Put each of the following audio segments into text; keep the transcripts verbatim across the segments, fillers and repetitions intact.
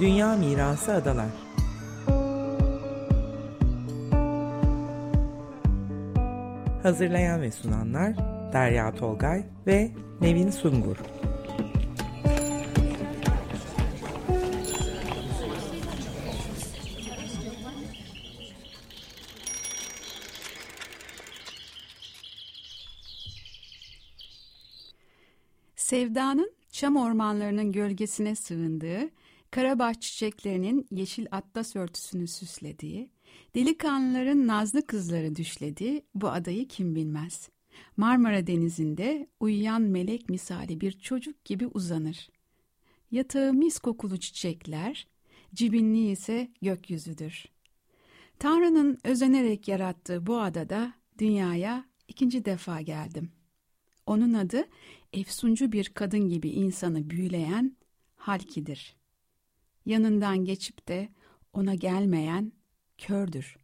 Dünya Mirası Adalar. Hazırlayan ve sunanlar Derya Tolgay ve Nevin Sungur. Sevdanın çam ormanlarının gölgesine sığındığı, karabağ çiçeklerinin yeşil atlas örtüsünü süslediği, delikanlıların nazlı kızları düşlediği bu adayı kim bilmez. Marmara Denizi'nde uyuyan melek misali bir çocuk gibi uzanır. Yatağı mis kokulu çiçekler, cibinliği ise gökyüzüdür. Tanrı'nın özenerek yarattığı bu adada dünyaya ikinci defa geldim. Onun adı efsuncu bir kadın gibi insanı büyüleyen Halki'dir. Yanından geçip de ona gelmeyen kördür.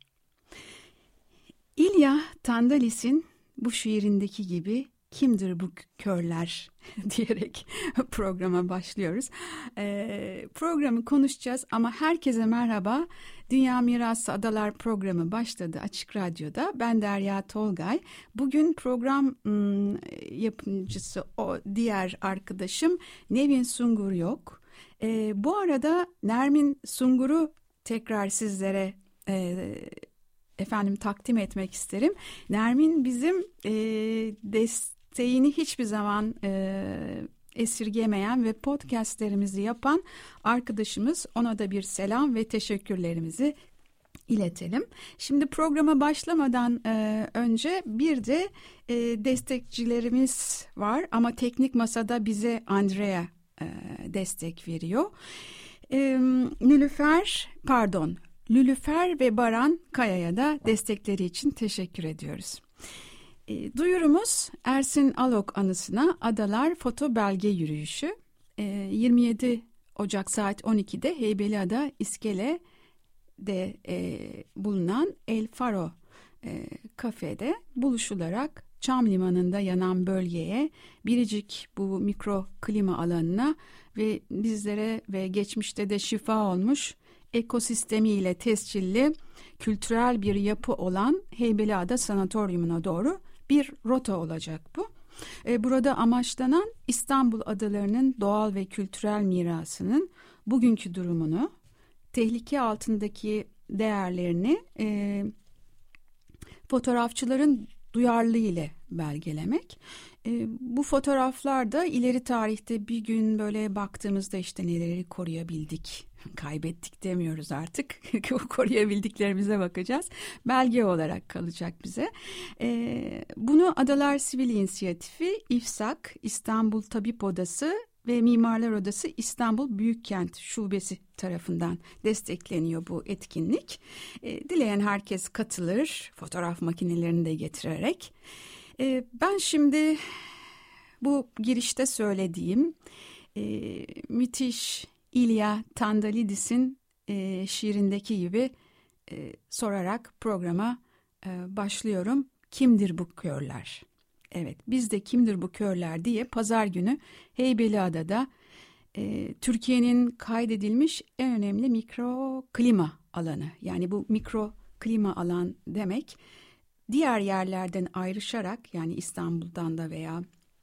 İlya Tandalis'in bu şiirindeki gibi kimdir bu körler diyerek programa başlıyoruz. Ee, programı konuşacağız ama herkese merhaba. Dünya Mirası Adalar programı başladı Açık Radyo'da. Ben Derya Tolgay. Bugün program ım, yapımcısı o diğer arkadaşım Nevin Sungur yok. Ee, bu arada Nermin Sungur'u tekrar sizlere e, efendim takdim etmek isterim. Nermin bizim e, desteğini hiçbir zaman e, esirgemeyen ve podcastlerimizi yapan arkadaşımız. Ona da bir selam ve teşekkürlerimizi iletelim. Şimdi programa başlamadan e, önce bir de e, destekçilerimiz var ama teknik masada bize Andrea e, destek veriyor. E, Nilüfer, pardon, Lülüfer ve Baran Kaya'ya da destekleri için teşekkür ediyoruz. E, duyurumuz Ersin Alok anısına Adalar Foto Belge Yürüyüşü e, yirmi yedi Ocak saat on ikide Heybeliada İskele'de e, bulunan El Faro e, kafede buluşularak Çam Limanı'nda yanan bölgeye, biricik bu mikro klima alanına ve bizlere ve geçmişte de şifa olmuş ekosistemiyle tescilli kültürel bir yapı olan Heybeliada Sanatoryumu'na doğru bir rota olacak bu. E, burada amaçlanan İstanbul adalarının doğal ve kültürel mirasının bugünkü durumunu, tehlike altındaki değerlerini e, fotoğrafçıların duyarlılığı ile belgelemek. E, bu fotoğraflarda ileri tarihte bir gün böyle baktığımızda işte neleri koruyabildik, kaybettik demiyoruz artık. Koruyabildiklerimize bakacağız. Belge olarak kalacak bize. E, bunu Adalar Sivil İnisiyatifi, İFSAK, İstanbul Tabip Odası ve Mimarlar Odası İstanbul Büyükkent Şubesi tarafından destekleniyor bu etkinlik. E, dileyen herkes katılır, fotoğraf makinelerini de getirerek. E, ben şimdi bu girişte söylediğim e, müthiş İlya Tandalidis'in e, şiirindeki gibi e, sorarak programa e, başlıyorum. Kimdir bu körler? Evet, biz de kimdir bu körler diye pazar günü Heybeliada'da e, Türkiye'nin kaydedilmiş en önemli mikro klima alanı. Yani bu mikro klima alan demek diğer yerlerden ayrışarak, yani İstanbul'dan da veya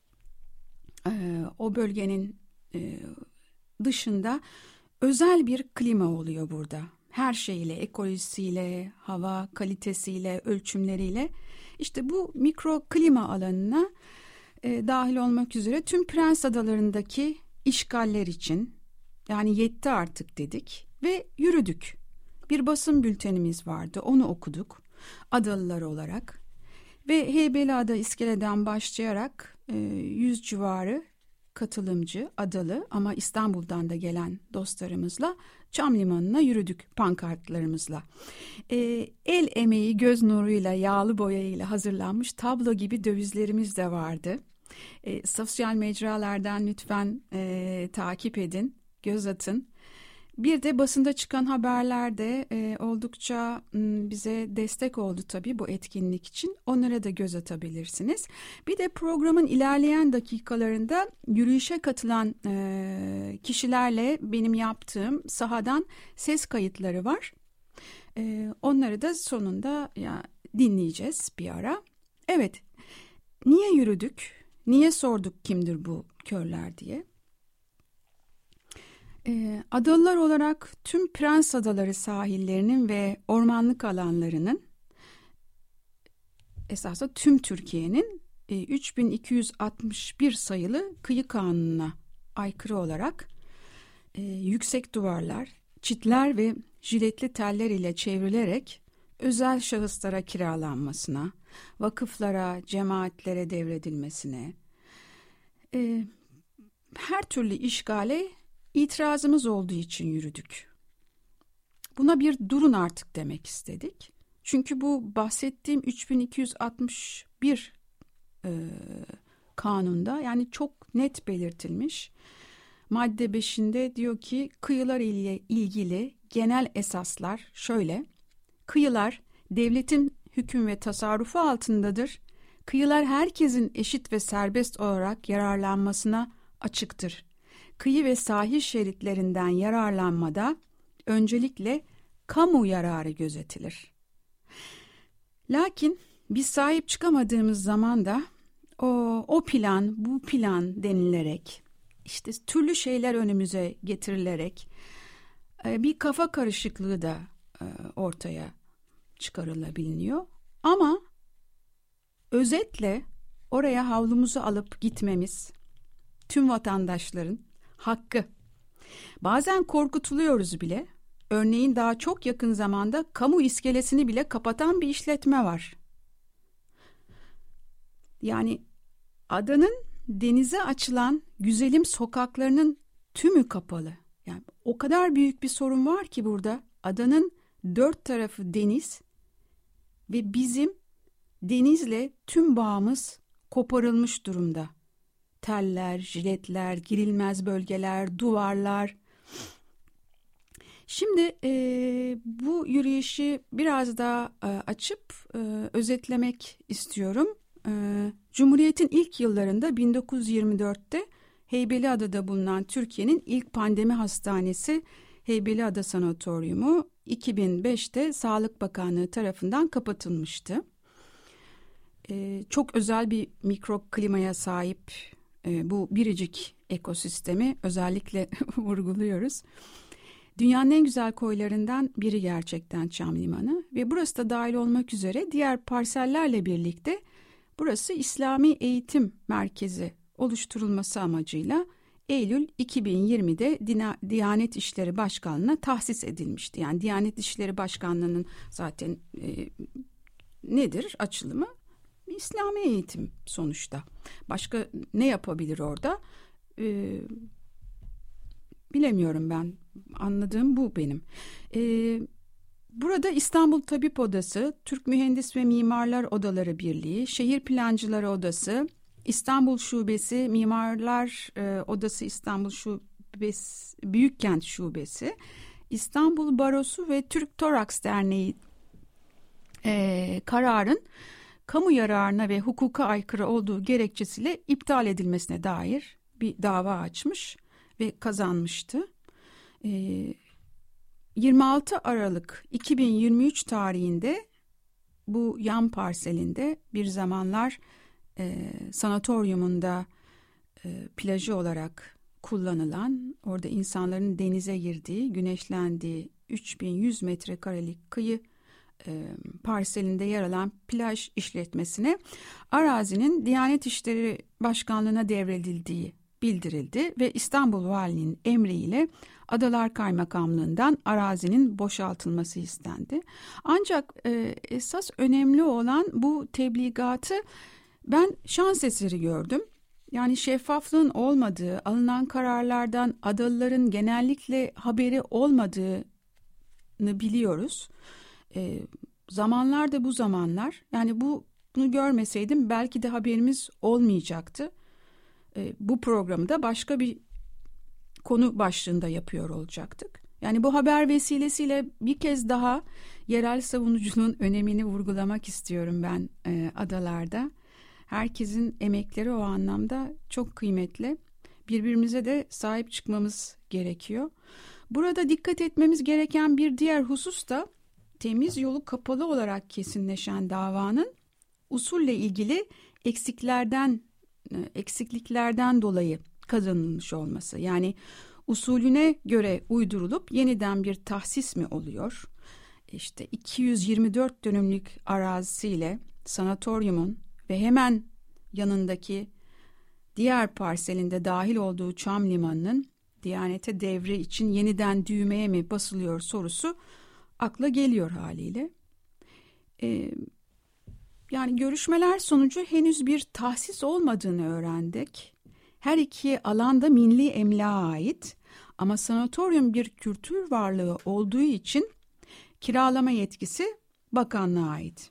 e, o bölgenin e, dışında özel bir klima oluyor burada. Her şeyle, ekolojisiyle, hava kalitesiyle, ölçümleriyle. İşte bu mikro klima alanına e, dahil olmak üzere tüm Prens Adaları'ndaki işgaller için, yani yetti artık dedik ve yürüdük. Bir basın bültenimiz vardı, onu okuduk adalılar olarak ve Heybeliada İskele'den başlayarak e, yüz civarı katılımcı, adalı ama İstanbul'dan da gelen dostlarımızla Çam Limanı'na yürüdük pankartlarımızla. E, el emeği göz nuruyla, yağlı boyayla hazırlanmış tablo gibi dövizlerimiz de vardı. E, sosyal mecralardan lütfen e, takip edin, göz atın. Bir de basında çıkan haberlerde e, oldukça m, bize destek oldu tabii bu etkinlik için. Onlara da göz atabilirsiniz. Bir de programın ilerleyen dakikalarında yürüyüşe katılan e, kişilerle benim yaptığım sahadan ses kayıtları var. E, onları da sonunda ya, dinleyeceğiz bir ara. Evet, niye yürüdük? Niye sorduk kimdir bu körler diye? Ee, adalılar olarak tüm Prens Adaları sahillerinin ve ormanlık alanlarının, esasında tüm Türkiye'nin e, üç bin iki yüz altmış bir sayılı kıyı kanununa aykırı olarak e, yüksek duvarlar, çitler ve jiletli teller ile çevrilerek özel şahıslara kiralanmasına, vakıflara, cemaatlere devredilmesine, e, her türlü işgale İtirazımız olduğu için yürüdük. Buna bir durun artık demek istedik. Çünkü bu bahsettiğim üç bin iki yüz altmış bir e, kanunda, yani çok net belirtilmiş. Madde beşinde diyor ki kıyılar ile ilgili genel esaslar şöyle: kıyılar devletin hüküm ve tasarrufu altındadır. Kıyılar herkesin eşit ve serbest olarak yararlanmasına açıktır. Kıyı ve sahil şeritlerinden yararlanmada öncelikle kamu yararı gözetilir. Lakin biz sahip çıkamadığımız zaman da o, o plan, bu plan denilerek, işte türlü şeyler önümüze getirilerek bir kafa karışıklığı da ortaya çıkarılabiliyor. Ama özetle oraya havlumuzu alıp gitmemiz tüm vatandaşların hakkı. Bazen korkutuluyoruz bile. Örneğin daha çok yakın zamanda kamu iskelesini bile kapatan bir işletme var. Yani adanın denize açılan güzelim sokaklarının tümü kapalı. Yani o kadar büyük bir sorun var ki burada. Adanın dört tarafı deniz ve bizim denizle tüm bağımız koparılmış durumda. Teller, jiletler, girilmez bölgeler, duvarlar. Şimdi e, bu yürüyüşü biraz daha e, açıp e, özetlemek istiyorum. E, Cumhuriyet'in ilk yıllarında bin dokuz yüz yirmi dörtte Heybeliada'da bulunan Türkiye'nin ilk pandemi hastanesi Heybeliada Sanatoryumu iki bin beşte Sağlık Bakanlığı tarafından kapatılmıştı. E, çok özel bir mikroklimaya sahip e, bu biricik ekosistemi özellikle vurguluyoruz. Dünyanın en güzel koylarından biri gerçekten Çam Limanı ve burası da dahil olmak üzere diğer parsellerle birlikte burası İslami Eğitim Merkezi oluşturulması amacıyla Eylül iki bin yirmide Diyanet İşleri Başkanlığı'na tahsis edilmişti. Yani Diyanet İşleri Başkanlığı'nın zaten e, nedir açılımı? İslami eğitim sonuçta. Başka ne yapabilir orada? E, bilemiyorum ben. Anladığım bu benim. Ee, burada İstanbul Tabip Odası, Türk Mühendis ve Mimarlar Odaları Birliği, Şehir Plancıları Odası, İstanbul Şubesi, Mimarlar e, Odası İstanbul Şubesi, Büyükkent Şubesi, İstanbul Barosu ve Türk Toraks Derneği e, kararın kamu yararına ve hukuka aykırı olduğu gerekçesiyle iptal edilmesine dair bir dava açmış ve kazanmıştı. yirmi altı Aralık iki bin yirmi üç tarihinde bu yan parselinde bir zamanlar e, sanatoryumunda e, plajı olarak kullanılan, orada insanların denize girdiği, güneşlendiği üç bin yüz metrekarelik kıyı e, parselinde yer alan plaj işletmesine arazinin Diyanet İşleri Başkanlığı'na devredildiği bildirildi ve İstanbul Valiliğinin emriyle Adalar Kaymakamlığı'ndan arazinin boşaltılması istendi. Ancak e, esas önemli olan bu tebligatı ben şans eseri gördüm. Yani şeffaflığın olmadığı, alınan kararlardan adalıların genellikle haberi olmadığını biliyoruz. E, zamanlar da bu zamanlar. Yani bu, bunu görmeseydim belki de haberimiz olmayacaktı. Bu programı da başka bir konu başlığında yapıyor olacaktık. Yani bu haber vesilesiyle bir kez daha yerel savunucunun önemini vurgulamak istiyorum ben e, adalarda. Herkesin emekleri o anlamda çok kıymetli. Birbirimize de sahip çıkmamız gerekiyor. Burada dikkat etmemiz gereken bir diğer husus da temiz yolu kapalı olarak kesinleşen davanın usulle ilgili eksiklerden eksikliklerden dolayı kazanılmış olması. Yani usulüne göre uydurulup yeniden bir tahsis mi oluyor? İşte iki yüz yirmi dört dönümlük arazisiyle sanatoryumun ve hemen yanındaki diğer parselinde dahil olduğu Çam Limanı'nın Diyanete devri için yeniden düğmeye mi basılıyor sorusu akla geliyor haliyle. Ee, yani görüşmeler sonucu henüz bir tahsis olmadığını öğrendik. Her iki alanda milli emlağa ait ama sanatoryum bir kültür varlığı olduğu için kiralama yetkisi bakanlığa ait.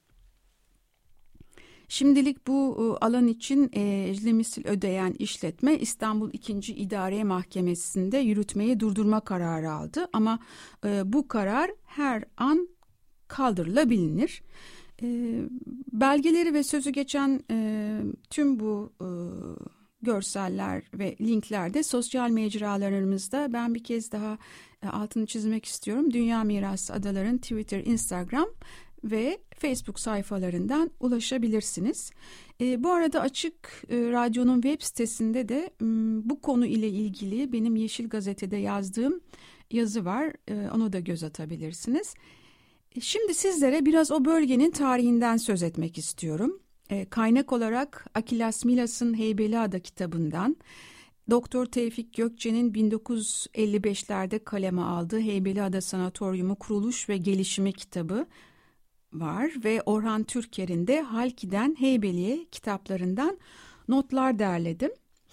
Şimdilik bu alan için ecri misil ödeyen işletme İstanbul ikinci İdare Mahkemesi'nde yürütmeyi durdurma kararı aldı. Ama bu karar her an kaldırılabilir. Belgeleri ve sözü geçen tüm bu görseller ve linkler de sosyal mecralarımızda. Ben bir kez daha altını çizmek istiyorum. Dünya Mirası Adaların Twitter, Instagram ve Facebook sayfalarından ulaşabilirsiniz. E, bu arada Açık e, Radyo'nun web sitesinde de m, bu konu ile ilgili benim Yeşil Gazete'de yazdığım yazı var. E, onu da göz atabilirsiniz. E, şimdi sizlere biraz o bölgenin tarihinden söz etmek istiyorum. E, kaynak olarak Akilas Milas'ın Heybeliada kitabından, Doktor Tevfik Gökçe'nin bin dokuz yüz elli beşlerde kaleme aldığı Heybeliada Sanatoryumu Kuruluş ve Gelişimi kitabı var ve Orhan Türker'in de Halki'den Heybeli'ye kitaplarından notlar derledim.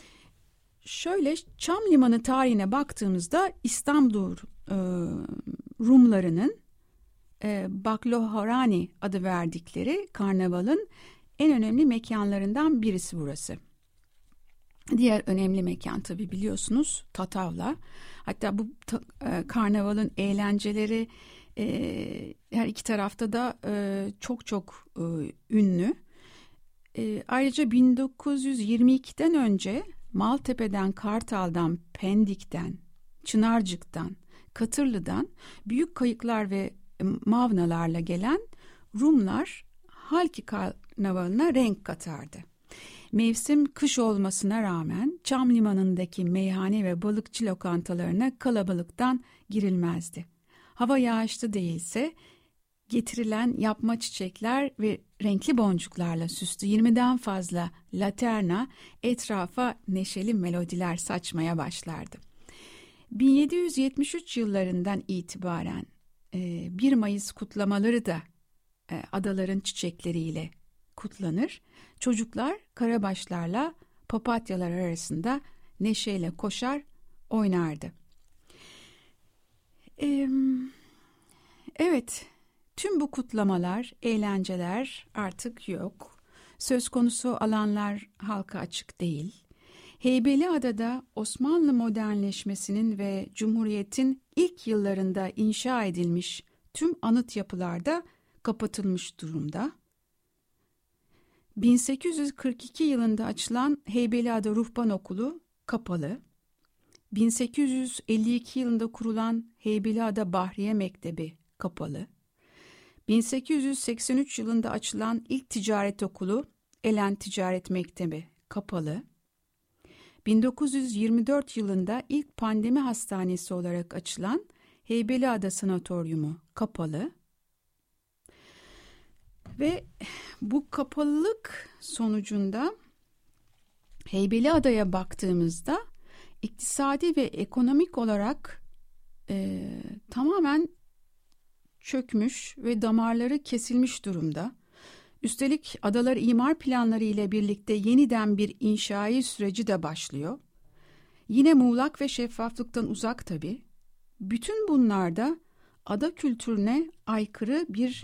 Şöyle Çam Limanı tarihine baktığımızda İstanbul e, Rumlarının e, Baklohorani adı verdikleri karnavalın en önemli mekanlarından birisi burası. Diğer önemli mekan tabii biliyorsunuz Tatavla. Hatta bu ta, e, karnavalın eğlenceleri e, her iki tarafta da e, çok çok e, ünlü. E, ayrıca bin dokuz yüz yirmi ikiden önce Maltepe'den, Kartal'dan, Pendik'ten, Çınarcık'tan, Katırlı'dan büyük kayıklar ve e, mavnalarla gelen Rumlar Halki Karnavalı'na renk katardı. Mevsim kış olmasına rağmen Çam Limanı'ndaki meyhane ve balıkçı lokantalarına kalabalıktan girilmezdi. Hava yağışlı değilse getirilen yapma çiçekler ve renkli boncuklarla süslü yirmiden fazla laterna etrafa neşeli melodiler saçmaya başlardı. bin yedi yüz yetmiş üç yıllarından itibaren bir Mayıs kutlamaları da adaların çiçekleriyle kutlanır. Çocuklar karabaşlarla papatyalar arasında neşeyle koşar, oynardı. Ee, evet, tüm bu kutlamalar, eğlenceler artık yok. Söz konusu alanlar halka açık değil. Heybeliada'da Osmanlı modernleşmesinin ve Cumhuriyet'in ilk yıllarında inşa edilmiş tüm anıt yapılar da kapatılmış durumda. bin sekiz yüz kırk iki yılında açılan Heybeliada Ruhban Okulu kapalı. bin sekiz yüz elli iki yılında kurulan Heybeliada Bahriye Mektebi kapalı. bin sekiz yüz seksen üç yılında açılan ilk ticaret okulu Elen Ticaret Mektebi kapalı. bin dokuz yüz yirmi dört yılında ilk pandemi hastanesi olarak açılan Heybeliada Sanatoryumu kapalı. Ve bu kapalılık sonucunda Heybeliada'ya baktığımızda iktisadi ve ekonomik olarak e, tamamen çökmüş ve damarları kesilmiş durumda. Üstelik adalar imar planları ile birlikte yeniden bir inşai süreci de başlıyor. Yine muğlak ve şeffaflıktan uzak tabii. Bütün bunlarda ada kültürüne aykırı bir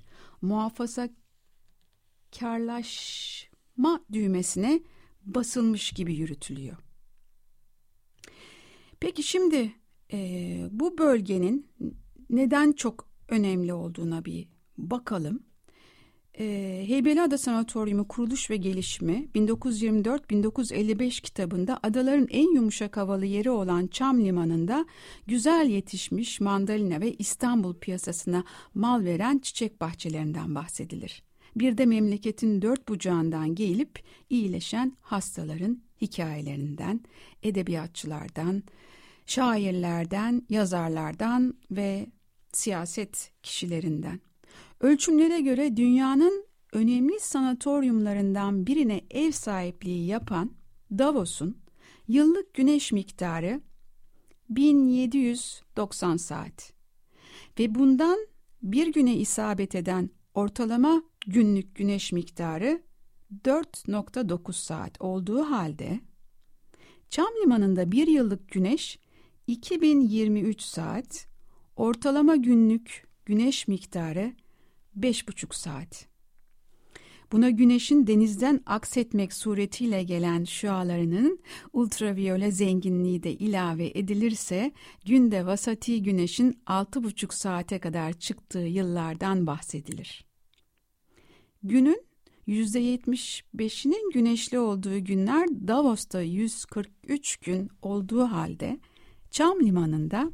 muhafazakarlaşma düğmesine basılmış gibi yürütülüyor. Peki şimdi e, bu bölgenin neden çok önemli olduğuna bir bakalım. E, Heybeliada Sanatoryumu Kuruluş ve Gelişimi bin dokuz yüz yirmi dört bin dokuz yüz elli beş kitabında adaların en yumuşak havalı yeri olan Çam Limanı'nda güzel yetişmiş mandalina ve İstanbul piyasasına mal veren çiçek bahçelerinden bahsedilir. Bir de memleketin dört bucağından gelip iyileşen hastaların hikayelerinden, edebiyatçılardan, şairlerden, yazarlardan ve siyaset kişilerinden. Ölçümlere göre dünyanın önemli sanatoryumlarından birine ev sahipliği yapan Davos'un yıllık güneş miktarı bin yedi yüz doksan saat ve bundan bir güne isabet eden ortalama günlük güneş miktarı dört nokta dokuz saat olduğu halde Çam Limanı'nda bir yıllık güneş iki bin yirmi üç saat, ortalama günlük güneş miktarı beş buçuk saat. Buna güneşin denizden aksetmek suretiyle gelen şualarının ultraviyole zenginliği de ilave edilirse günde vasati güneşin altı buçuk saate kadar çıktığı yıllardan bahsedilir. Günün yüzde yetmiş beşinin güneşli olduğu günler Davos'ta yüz kırk üç gün olduğu halde Çam Limanı'nda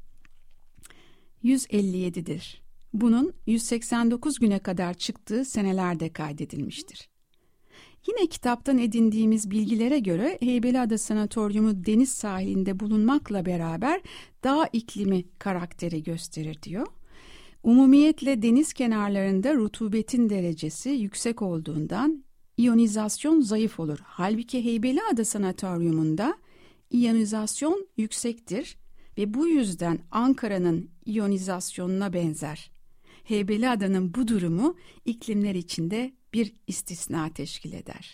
yüz elli yedidir. Bunun yüz seksen dokuz güne kadar çıktığı senelerde kaydedilmiştir. Yine kitaptan edindiğimiz bilgilere göre Heybeliada Sanatoryumu deniz sahilinde bulunmakla beraber dağ iklimi karakteri gösterir diyor. Umumiyetle deniz kenarlarında rutubetin derecesi yüksek olduğundan iyonizasyon zayıf olur. Halbuki Heybeliada Sanatoryumu'nda iyonizasyon yüksektir ve bu yüzden Ankara'nın iyonizasyonuna benzer. Heybeliada'nın bu durumu iklimler içinde bir istisna teşkil eder.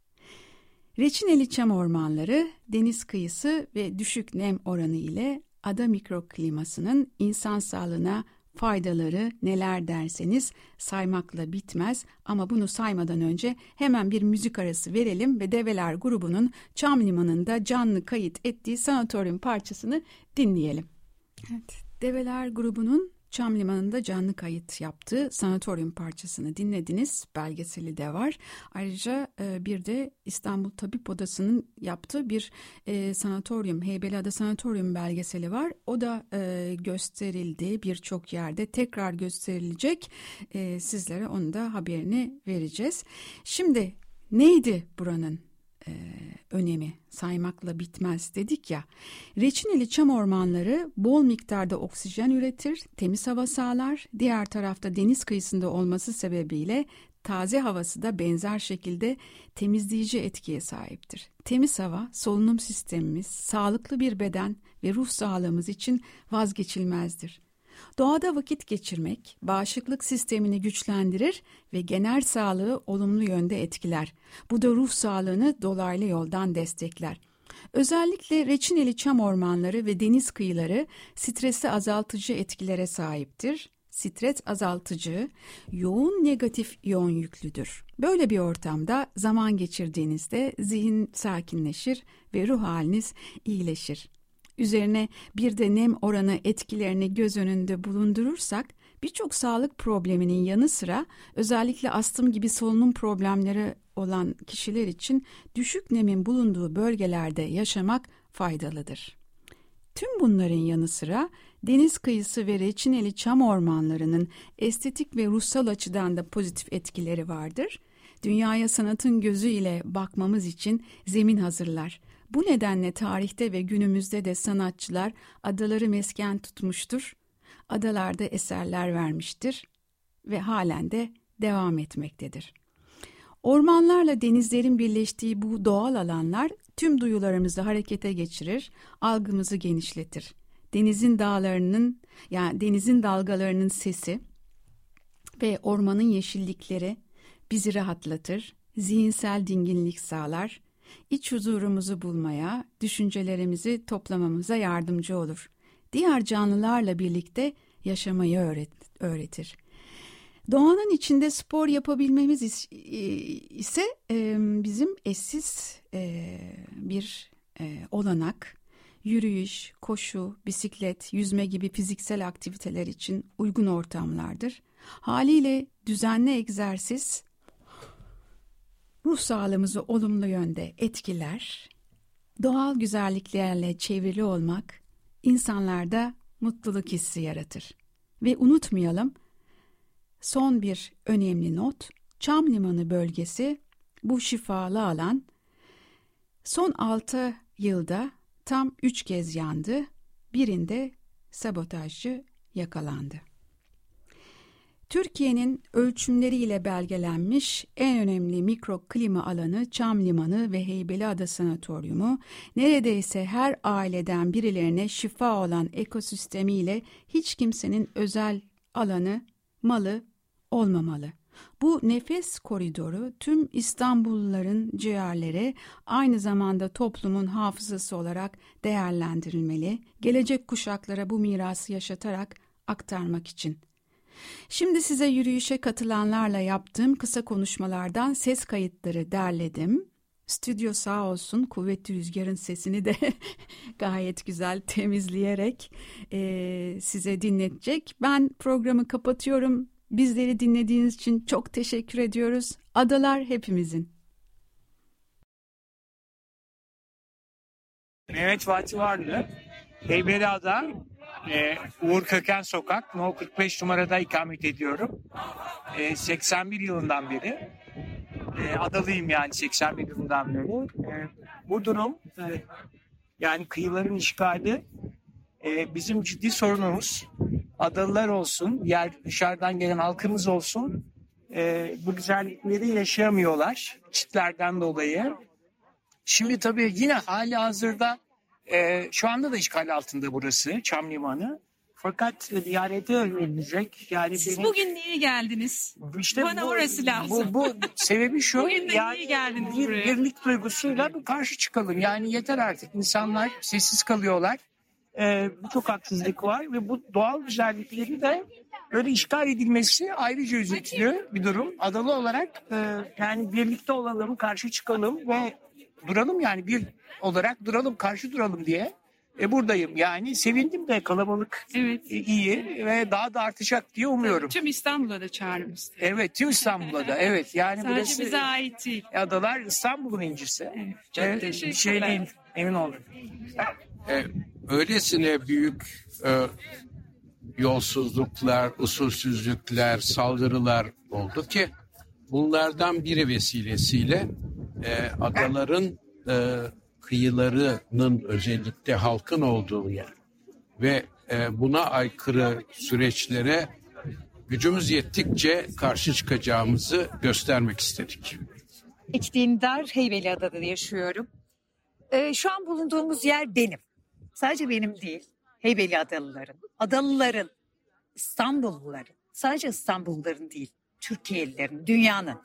Reçineli çam ormanları, deniz kıyısı ve düşük nem oranı ile ada mikroklimasının insan sağlığına faydaları neler derseniz saymakla bitmez ama bunu saymadan önce hemen bir müzik arası verelim ve Develer grubunun Çam Limanı'nda canlı kayıt ettiği sanatoryum parçasını dinleyelim. Evet, Develer grubunun Çam Limanı'nda canlı kayıt yaptığı sanatoryum parçasını dinlediniz. Belgeseli de var. Ayrıca e, bir de İstanbul Tabip Odası'nın yaptığı bir e, sanatoryum, Heybeliada Sanatoryum belgeseli var. O da e, gösterildi birçok yerde. Tekrar gösterilecek. E, sizlere onun da haberini vereceğiz. Şimdi neydi buranın e, önemi? Saymakla bitmez dedik ya. Reçineli çam ormanları bol miktarda oksijen üretir, temiz hava sağlar. Diğer tarafta deniz kıyısında olması sebebiyle taze havası da benzer şekilde temizleyici etkiye sahiptir. Temiz hava, solunum sistemimiz, sağlıklı bir beden ve ruh sağlığımız için vazgeçilmezdir. Doğada vakit geçirmek, bağışıklık sistemini güçlendirir ve genel sağlığı olumlu yönde etkiler. Bu da ruh sağlığını dolaylı yoldan destekler. Özellikle reçineli çam ormanları ve deniz kıyıları stresi azaltıcı etkilere sahiptir. Stres azaltıcı, yoğun negatif iyon yüklüdür. Böyle bir ortamda zaman geçirdiğinizde zihin sakinleşir ve ruh haliniz iyileşir. Üzerine bir de nem oranı etkilerini göz önünde bulundurursak birçok sağlık probleminin yanı sıra özellikle astım gibi solunum problemleri olan kişiler için düşük nemin bulunduğu bölgelerde yaşamak faydalıdır. Tüm bunların yanı sıra deniz kıyısı ve reçineli çam ormanlarının estetik ve ruhsal açıdan da pozitif etkileri vardır. Dünyaya sanatın gözüyle bakmamız için zemin hazırlar. Bu nedenle tarihte ve günümüzde de sanatçılar adaları mesken tutmuştur. Adalarda eserler vermiştir ve halen de devam etmektedir. Ormanlarla denizlerin birleştiği bu doğal alanlar tüm duyularımızı harekete geçirir, algımızı genişletir. Denizin dağlarının, yani denizin dalgalarının sesi ve ormanın yeşillikleri bizi rahatlatır, zihinsel dinginlik sağlar, iç huzurumuzu bulmaya, düşüncelerimizi toplamamıza yardımcı olur. Diğer canlılarla birlikte yaşamayı öğret, öğretir. Doğanın içinde spor yapabilmemiz ise bizim eşsiz bir olanak. yürüyüş, koşu, bisiklet, yüzme gibi fiziksel aktiviteler için uygun ortamlardır. Haliyle düzenli egzersiz ruh sağlığımızı olumlu yönde etkiler. Doğal güzelliklerle çevrili olmak insanlarda mutluluk hissi yaratır. Ve unutmayalım, son bir önemli not, Çamlimanı bölgesi bu şifalı alan son altı yılda tam üç kez yandı, birinde sabotajcı yakalandı. Türkiye'nin ölçümleriyle belgelenmiş en önemli mikroklima alanı Çamlimanı ve Heybeliada Sanatoryumu, neredeyse her aileden birilerine şifa olan ekosistemiyle hiç kimsenin özel alanı, malı olmamalı. Bu nefes koridoru tüm İstanbulluların ciğerleri, aynı zamanda toplumun hafızası olarak değerlendirilmeli, gelecek kuşaklara bu mirası yaşatarak aktarmak için. Şimdi size yürüyüşe katılanlarla yaptığım kısa konuşmalardan ses kayıtları derledim. Stüdyo sağ olsun kuvvetli rüzgarın sesini de gayet güzel temizleyerek e, size dinletecek. Ben programı kapatıyorum. Bizleri dinlediğiniz için çok teşekkür ediyoruz. Adalar hepimizin. Mehmet Fatih Varlı, Heybeliada, e, Uğur Köken Sokak, No kırk beş numarada ikamet ediyorum. E, seksen bir yılından beri, e, adalıyım yani seksen bir yılından beri. E, bu durum, e, yani kıyıların işgali e, bizim ciddi sorunumuz. Adalılar olsun, diğer dışarıdan gelen halkımız olsun, e, bu güzellikleri yaşayamıyorlar çitlerden dolayı. Şimdi tabii yine hali hazırda e, şu anda da işgal altında burası Çamlimanı. Fakat ziyarete önerilecek. Yani Siz benim, bugün niye geldiniz? işte Bana bu, orası lazım. Bu, bu sebebi şu. Bugün de yani niye geldiniz bir buraya? birlik duygusuyla bir karşı çıkalım. Yani yeter artık. İnsanlar sessiz kalıyorlar. Ee, bu çok haksızlık var ve bu doğal güzellikleri de böyle işgal edilmesi ayrıca üzüntülü bir durum. Adalı olarak e, yani birlikte olalım, karşı çıkalım ve duralım, yani bir olarak duralım, karşı duralım diye e, buradayım. Yani sevindim de kalabalık Evet. e, iyi ve daha da artacak diye umuyorum. Tüm İstanbul'a da çağrımız. Evet, tüm İstanbul'a da evet. Yani Sadece burası, bize ait değil. adalar İstanbul'un incisi. Çok Evet, teşekkürler. bir şey değil, emin olun. E, öylesine büyük e, yolsuzluklar, usulsüzlükler, saldırılar oldu ki bunlardan biri vesilesiyle e, adaların e, kıyılarının özellikle halkın olduğu yer ve e, buna aykırı süreçlere gücümüz yettikçe karşı çıkacağımızı göstermek istedik. İç Dindar Heybeliada'da yaşıyorum. Ee, şu an bulunduğumuz yer benim. Sadece benim değil. Heybeliadalıların, Adalıların, İstanbulluların, sadece İstanbulluların değil, Türkiye'lilerin, dünyanın.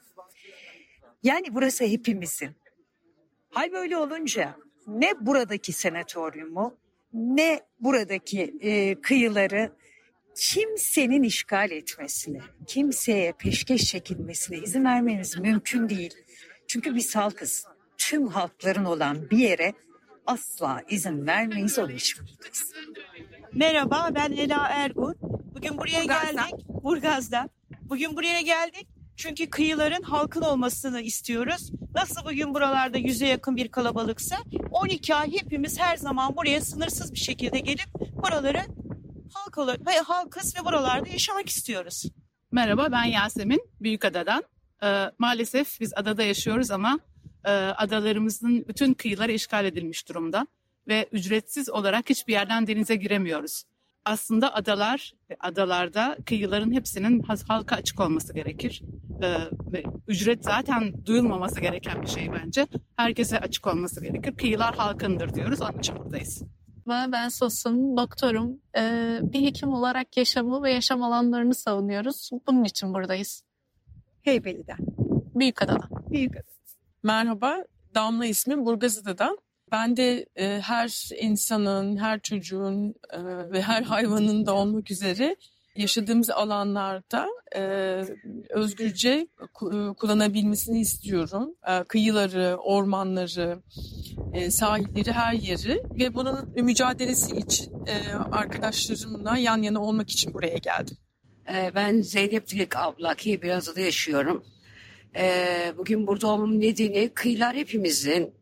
Yani burası hepimizin. Hal böyle olunca ne buradaki sanatoryumu ne buradaki e, kıyıları kimsenin işgal etmesine, kimseye peşkeş çekilmesine izin vermemiz mümkün değil. Çünkü biz halkız. Tüm halkların olan bir yere asla izin vermeyiz, onun için buradayız. Merhaba, ben Ela Ergun. Bugün buraya Burgaz'dan. geldik. Burgaz'dan. Bugün buraya geldik çünkü kıyıların halkın olmasını istiyoruz. Nasıl bugün buralarda yüze yakın bir kalabalıksa on iki ay hepimiz her zaman buraya sınırsız bir şekilde gelip buraları halk olarak ve halkız ve buralarda yaşamak istiyoruz. Merhaba, ben Yasemin Büyükada'dan. Ee, maalesef biz adada yaşıyoruz ama e, adalarımızın bütün kıyıları işgal edilmiş durumda ve ücretsiz olarak hiçbir yerden denize giremiyoruz. Aslında adalar, adalarda kıyıların hepsinin halka açık olması gerekir. Ee, ve ücret zaten duyulmaması gereken bir şey bence. Herkese açık olması gerekir. Kıyılar halkındır diyoruz, onun için buradayız. Ben Sosun, doktorum. Ee, bir hekim olarak yaşamı ve yaşam alanlarını savunuyoruz. Bunun için buradayız. Heybeli'den. Büyükada'dan. Büyükada. Merhaba, Damla ismim, Burgazada'dan. Ben de e, her insanın, her çocuğun e, ve her hayvanın da olmak üzere yaşadığımız alanlarda e, özgürce ku- kullanabilmesini istiyorum. E, kıyıları, ormanları, e, sahilleri, her yeri ve bunun mücadelesi için e, arkadaşlarımla yan yana olmak için buraya geldim. Ben Zeynep Dilek abla, Heybeliada'da yaşıyorum. Bugün burada olmamın nedeni kıyılar hepimizin.